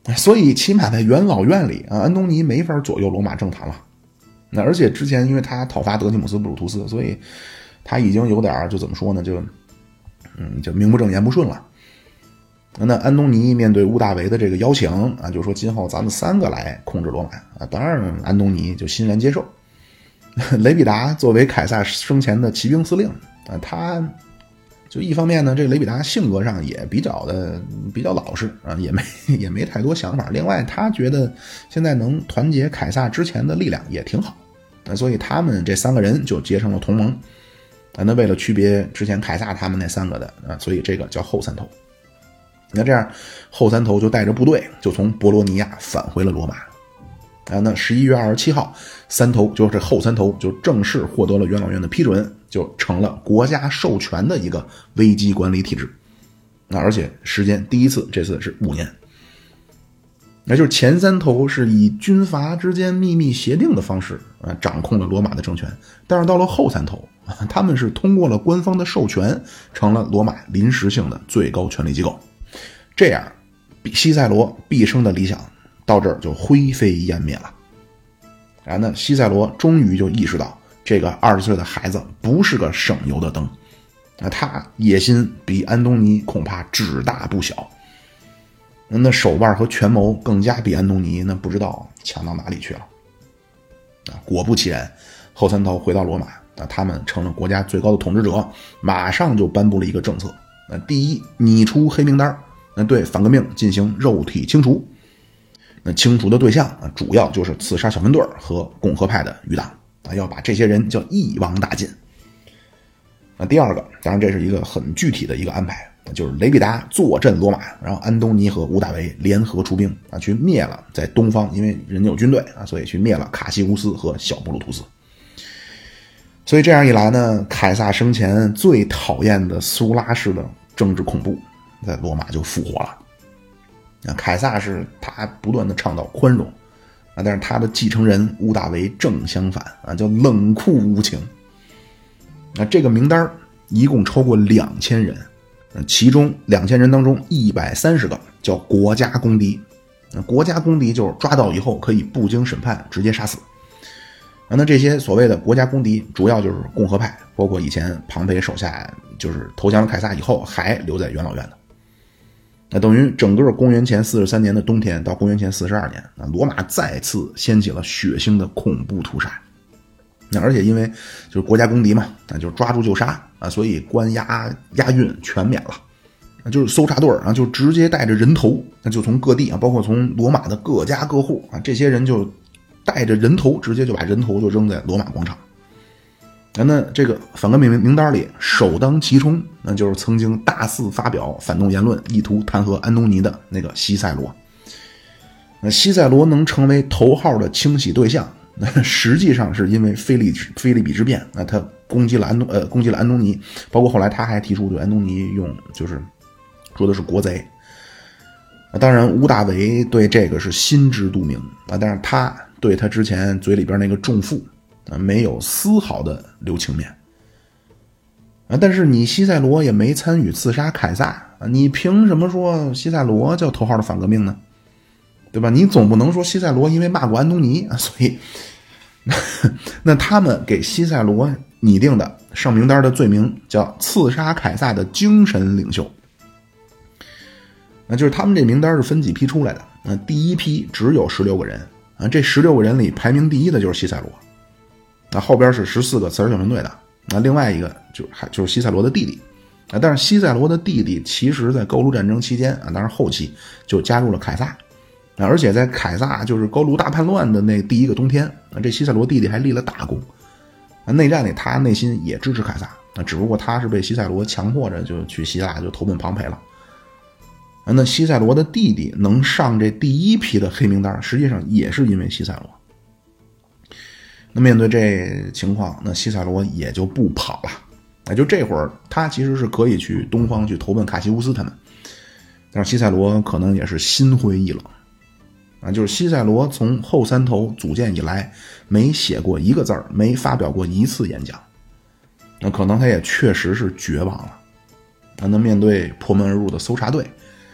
S1: 所以起码在元老院里啊，安东尼没法左右罗马政坛了。那而且之前因为他讨伐德提姆斯布鲁图斯，所以他已经有点就怎么说呢，就名不正言不顺了。那安东尼面对屋大维的这个邀请啊，就说今后咱们3个来控制罗马啊，当然安东尼就欣然接受。雷比达作为凯撒生前的骑兵司令啊，他就一方面呢，这雷比达性格上也比较老实啊，也没太多想法。另外，他觉得现在能团结凯撒之前的力量也挺好，所以他们这3个人就结成了同盟啊。那为了区别之前凯撒他们那3个的啊，所以这个叫后3头。那这样后3头就带着部队就从博罗尼亚返回了罗马啊。那11月27号，3头就是这后3头就正式获得了元老院的批准，就成了国家授权的一个危机管理体制。那而且时间第一次，这次是5年。那就是前3头是以军阀之间秘密协定的方式啊掌控了罗马的政权，但是到了后3头，他们是通过了官方的授权，成了罗马临时性的最高权力机构。这样，西塞罗毕生的理想到这儿就灰飞烟灭了。然后呢，西塞罗终于就意识到，这个20岁的孩子不是个省油的灯，他野心比安东尼恐怕只大不小。那手腕和权谋更加比安东尼那不知道强到哪里去了。果不其然，后3头回到罗马，他们成了国家最高的统治者，马上就颁布了一个政策。第一，拟出黑名单，对反革命进行肉体清除。那清除的对象主要就是刺杀小分队和共和派的余党，要把这些人叫一网打尽。第二个，当然这是一个很具体的一个安排，就是雷比达坐镇罗马，然后安东尼和屋大维联合出兵去灭了在东方，因为人家有军队所以去灭了卡西乌斯和小布鲁图斯。所以这样一来呢，凯撒生前最讨厌的苏拉式的政治恐怖在罗马就复活了。凯撒是他不断的倡导宽容但是他的继承人屋大维正相反叫冷酷无情。这个名单一共超过2000人，其中2000人当中130个叫国家公敌。国家公敌就是抓到以后可以不经审判直接杀死。那这些所谓的国家公敌主要就是共和派，包括以前庞培手下就是投降了凯撒以后还留在元老院的。那等于整个公元前43年的冬天到公元前42年，罗马再次掀起了血腥的恐怖屠杀。而且因为就是国家公敌嘛，就是抓住就杀所以关押运全免了。就是搜查队就直接带着人头，就从各地包括从罗马的各家各户这些人就带着人头，直接就把人头就扔在罗马广场。那这个反革命名单里首当其冲，那就是曾经大肆发表反动言论，意图弹劾安东尼的那个西塞罗。那西塞罗能成为头号的清洗对象，实际上是因为菲利比之变，他攻击了安东尼，包括后来他还提出对安东尼就是说的是国贼。当然屋大维对这个是心知肚明但是他对他之前嘴里边那个重负没有丝毫的留情面但是你西塞罗也没参与刺杀凯撒你凭什么说西塞罗叫头号的反革命呢？对吧？你总不能说西塞罗因为骂过安东尼所以那他们给西塞罗拟定的上名单的罪名叫刺杀凯撒的精神领袖。那就是他们这名单是分几批出来的，第一批只有16个人这16个人里排名第一的就是西塞罗，后边是14个刺杀小分队的，另外一个就是西塞罗的弟弟，但是西塞罗的弟弟其实在高卢战争期间当然后期就加入了凯撒，而且在凯撒就是高卢大叛乱的那第一个冬天，这西塞罗弟弟还立了大功，内战里他内心也支持凯撒，只不过他是被西塞罗强迫着就去希腊就投奔庞培了。那西塞罗的弟弟能上这第一批的黑名单，实际上也是因为西塞罗。那面对这情况，那西塞罗也就不跑了。就这会儿他其实是可以去东方去投奔卡西乌斯他们，但是西塞罗可能也是心灰意冷就是西塞罗从后3头组建以来没写过一个字儿，没发表过一次演讲，那可能他也确实是绝望了。那面对破门而入的搜查队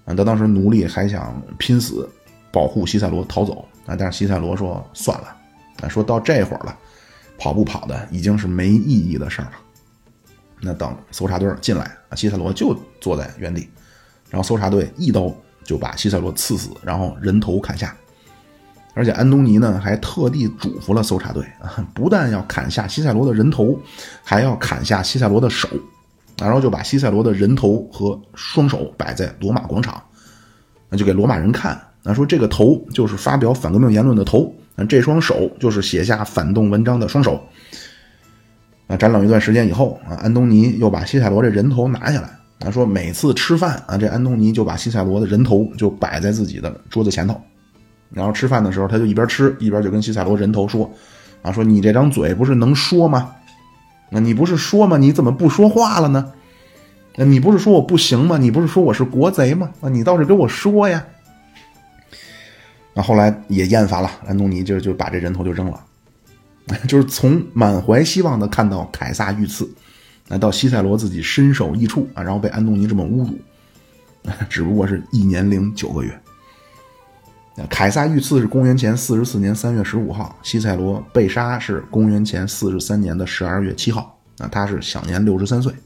S1: 他当时奴隶还想拼死保护西塞罗逃走但是西塞罗说算了说到这会儿了，跑不跑的已经是没意义的事儿了。那等搜查队进来西塞罗就坐在原地，然后搜查队一刀就把西塞罗刺死，然后人头砍下。而且安东尼呢还特地嘱咐了搜查队不但要砍下西塞罗的人头，还要砍下西塞罗的手，然后就把西塞罗的人头和双手摆在罗马广场，那就给罗马人看，说这个头就是发表反革命言论的头，这双手就是写下反动文章的双手。展览一段时间以后安东尼又把西塞罗这人头拿下来，说每次吃饭这安东尼就把西塞罗的人头就摆在自己的桌子前头，然后吃饭的时候他就一边吃一边就跟西塞罗人头说说你这张嘴不是能说吗？那你不是说吗？你怎么不说话了呢？你不是说我不行吗？你不是说我是国贼吗？你倒是跟我说呀。后来也厌烦了，安东尼就把这人头就扔了。就是从满怀希望的看到凯撒遇刺，到西塞罗自己身首异处然后被安东尼这么侮辱，只不过是1年零9个月。凯撒遇刺是公元前44年3月15号，西塞罗被杀是公元前43年的12月7号，他是享年63岁。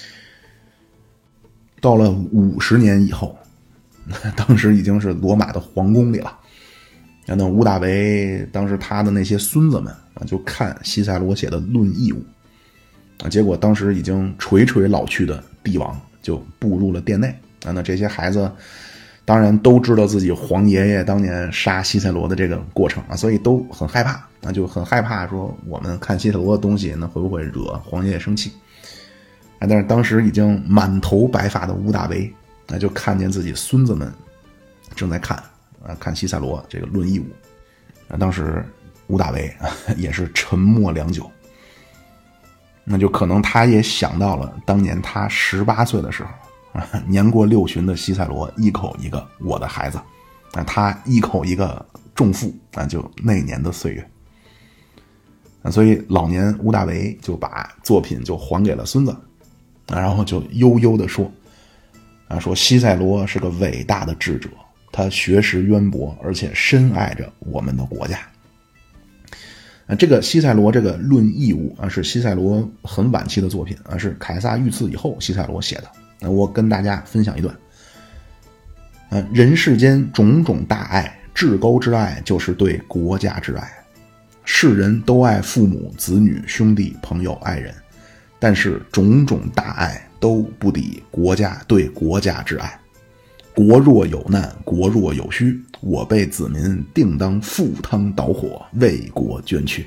S1: 到了50年以后，当时已经是罗马的皇宫里了。那屋大维当时他的那些孙子们就看西塞罗写的《论义务》结果当时已经垂垂老去的帝王就步入了殿内那这些孩子当然都知道自己皇爷爷当年杀西塞罗的这个过程所以都很害怕就很害怕说我们看西塞罗的东西那会不会惹皇爷爷生气但是当时已经满头白发的屋大维就看见自己孙子们正在看西塞罗这个《论义务》当时屋大维也是沉默良久，那就可能他也想到了当年他18岁的时候年过6旬的西塞罗一口一个我的孩子他一口一个重负就那年的岁月所以老年屋大维就把作品就还给了孙子然后就悠悠地说说西塞罗是个伟大的智者，他学识渊博，而且深爱着我们的国家。这个西塞罗这个《论义务》是西塞罗很晚期的作品是凯撒遇刺以后西塞罗写的。我跟大家分享一段。人世间种种大爱，至高之爱就是对国家之爱。世人都爱父母、子女、兄弟、朋友、爱人，但是种种大爱都不抵国家对国家之爱。国若有难，国若有需，我辈子民定当赴汤蹈火，为国捐躯。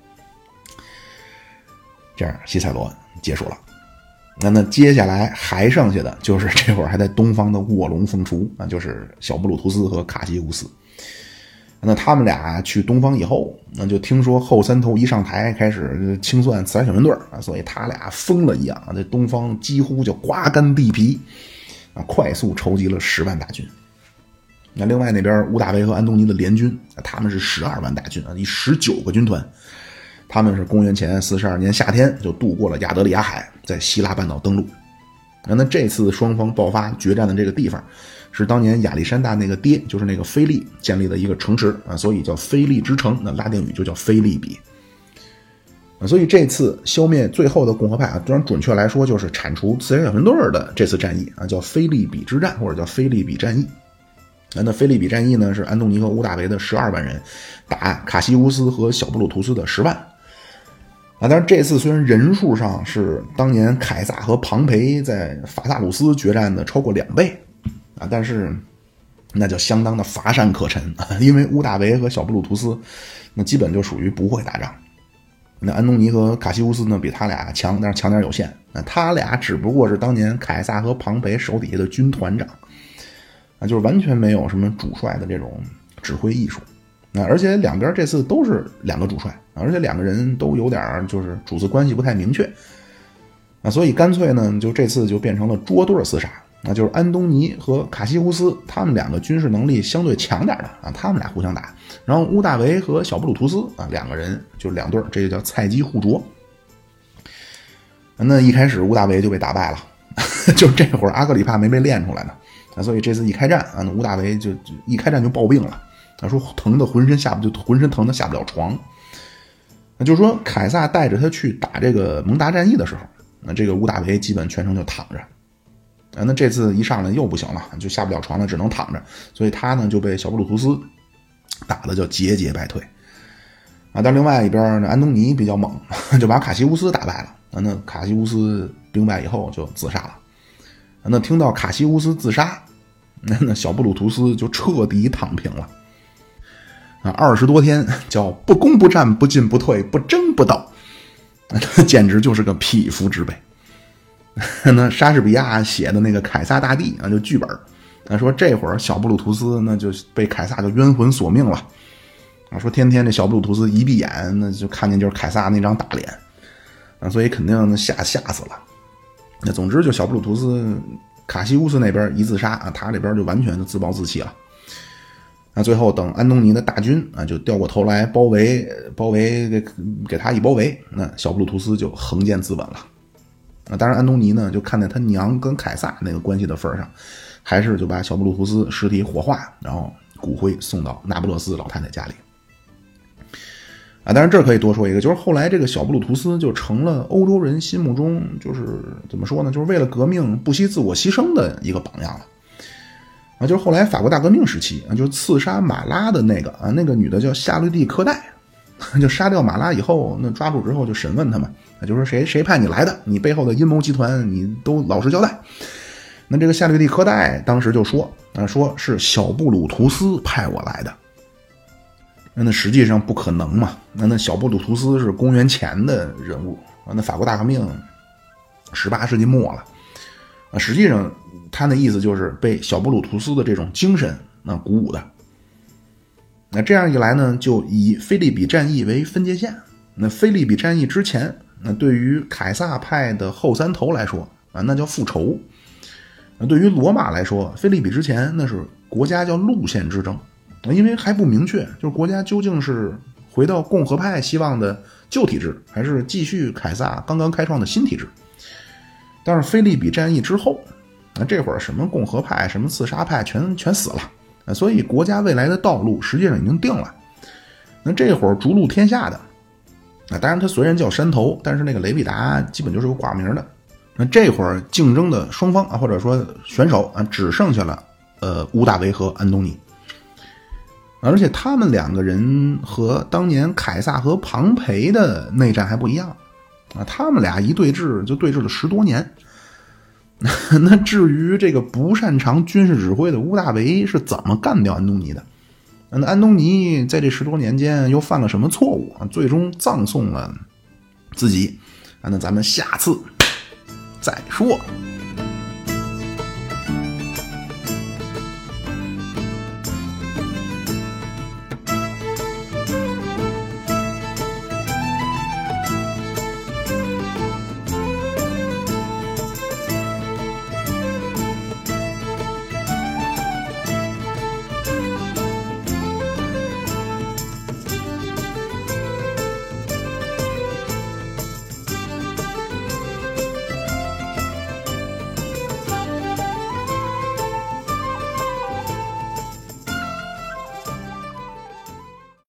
S1: 这样西塞罗结束了。那接下来还剩下的就是这会儿还在东方的卧龙凤雏就是小布鲁图斯和卡西乌斯。那他们俩去东方以后，那就听说后三头一上台开始清算刺杀小分队所以他俩疯了一样这东方几乎就刮干地皮快速筹集了10万大军。那另外那边屋大维和安东尼的联军他们是12万大军以19个军团，他们是公元前42年夏天就渡过了亚得里亚海，在希腊半岛登陆。那这次双方爆发决战的这个地方是当年亚历山大那个爹，就是那个腓力建立的一个城池所以叫腓力之城，那拉丁语就叫腓利比。所以这次消灭最后的共和派当然准确来说就是铲除刺杀小分队的这次战役叫腓利比之战，或者叫腓利比战役。那腓利比战役呢是安东尼和屋大维的12万人打卡西乌斯和小布鲁图斯的10万。当然这次虽然人数上是当年凯撒和庞培在法萨鲁斯决战的超过2倍但是那就相当的乏善可陈因为屋大维和小布鲁图斯那基本就属于不会打仗。那安东尼和卡西乌斯呢比他俩强，但是强点有限。那他俩只不过是当年凯撒和庞培手底下的军团长就是完全没有什么主帅的这种指挥艺术。而且两边这次都是2个主帅，而且2个人都有点就是主次关系不太明确所以干脆呢就这次就变成了捉对厮杀就是安东尼和卡西乌斯他们2个军事能力相对强点的他们俩互相打，然后屋大维和小布鲁图斯2个人就2对，这就叫菜鸡互啄。那一开始屋大维就被打败了就这会儿阿格里帕没被练出来呢，所以这次一开战啊，那屋大维就一开战就暴病了，说疼的浑身疼的下不了床。就是说凯撒带着他去打这个蒙达战役的时候，那这个屋大维基本全程就躺着。那这次一上来又不行了，就下不了床了，只能躺着，所以他呢就被小布鲁图斯打的叫节节败退。但另外一边呢，安东尼比较猛，就把卡西乌斯打败了。那卡西乌斯兵败以后就自杀了。那听到卡西乌斯自杀，那小布鲁图斯就彻底躺平了。20多天叫不攻不战不进不退不争不斗，简直就是个匹夫之辈。那莎士比亚写的那个凯撒大帝就剧本，说这会儿小布鲁图斯那就被凯撒就冤魂索命了。说天天这小布鲁图斯一闭眼，那就看见就是凯撒那张大脸，所以肯定吓死了。那总之就小布鲁图斯卡西乌斯那边一自杀他这边就完全就自暴自弃了。最后等安东尼的大军就掉过头来包围给他一包围，那小布鲁图斯就横剑自刎了。当然安东尼呢就看在他娘跟凯撒那个关系的份上，还是就把小布鲁图斯尸体火化，然后骨灰送到那不勒斯老太太家里。当然这可以多说一个，就是后来这个小布鲁图斯就成了欧洲人心目中就是怎么说呢，就是为了革命不惜自我牺牲的一个榜样了。就是后来法国大革命时期就是刺杀马拉的那个女的叫夏绿蒂科代，就杀掉马拉以后，那抓住之后就审问他们，就说谁派你来的，你背后的阴谋集团你都老实交代。那这个夏绿蒂科代当时就说是小布鲁图斯派我来的。那实际上不可能嘛，那小布鲁图斯是公元前的人物，那法国大革命18世纪末了，实际上他那意思就是被小布鲁图斯的这种精神鼓舞的。那这样一来呢，就以菲利比战役为分界线。那菲利比战役之前，那对于凯撒派的后三头来说那叫复仇。对于罗马来说，菲利比之前那是国家叫路线之争，因为还不明确，就是国家究竟是回到共和派希望的旧体制，还是继续凯撒刚刚开创的新体制。但是菲利比战役之后，这会儿什么共和派什么刺杀派全死了，所以国家未来的道路实际上已经定了。那这会儿逐鹿天下的当然他虽然叫山头，但是那个雷必达基本就是有挂名的。那这会儿竞争的双方或者说选手只剩下了屋大维和安东尼。而且他们两个人和当年凯撒和庞培的内战还不一样他们俩一对峙就对峙了10多年。那至于这个不擅长军事指挥的屋大维是怎么干掉安东尼的，那安东尼在这10多年间又犯了什么错误最终葬送了自己那咱们下次再说。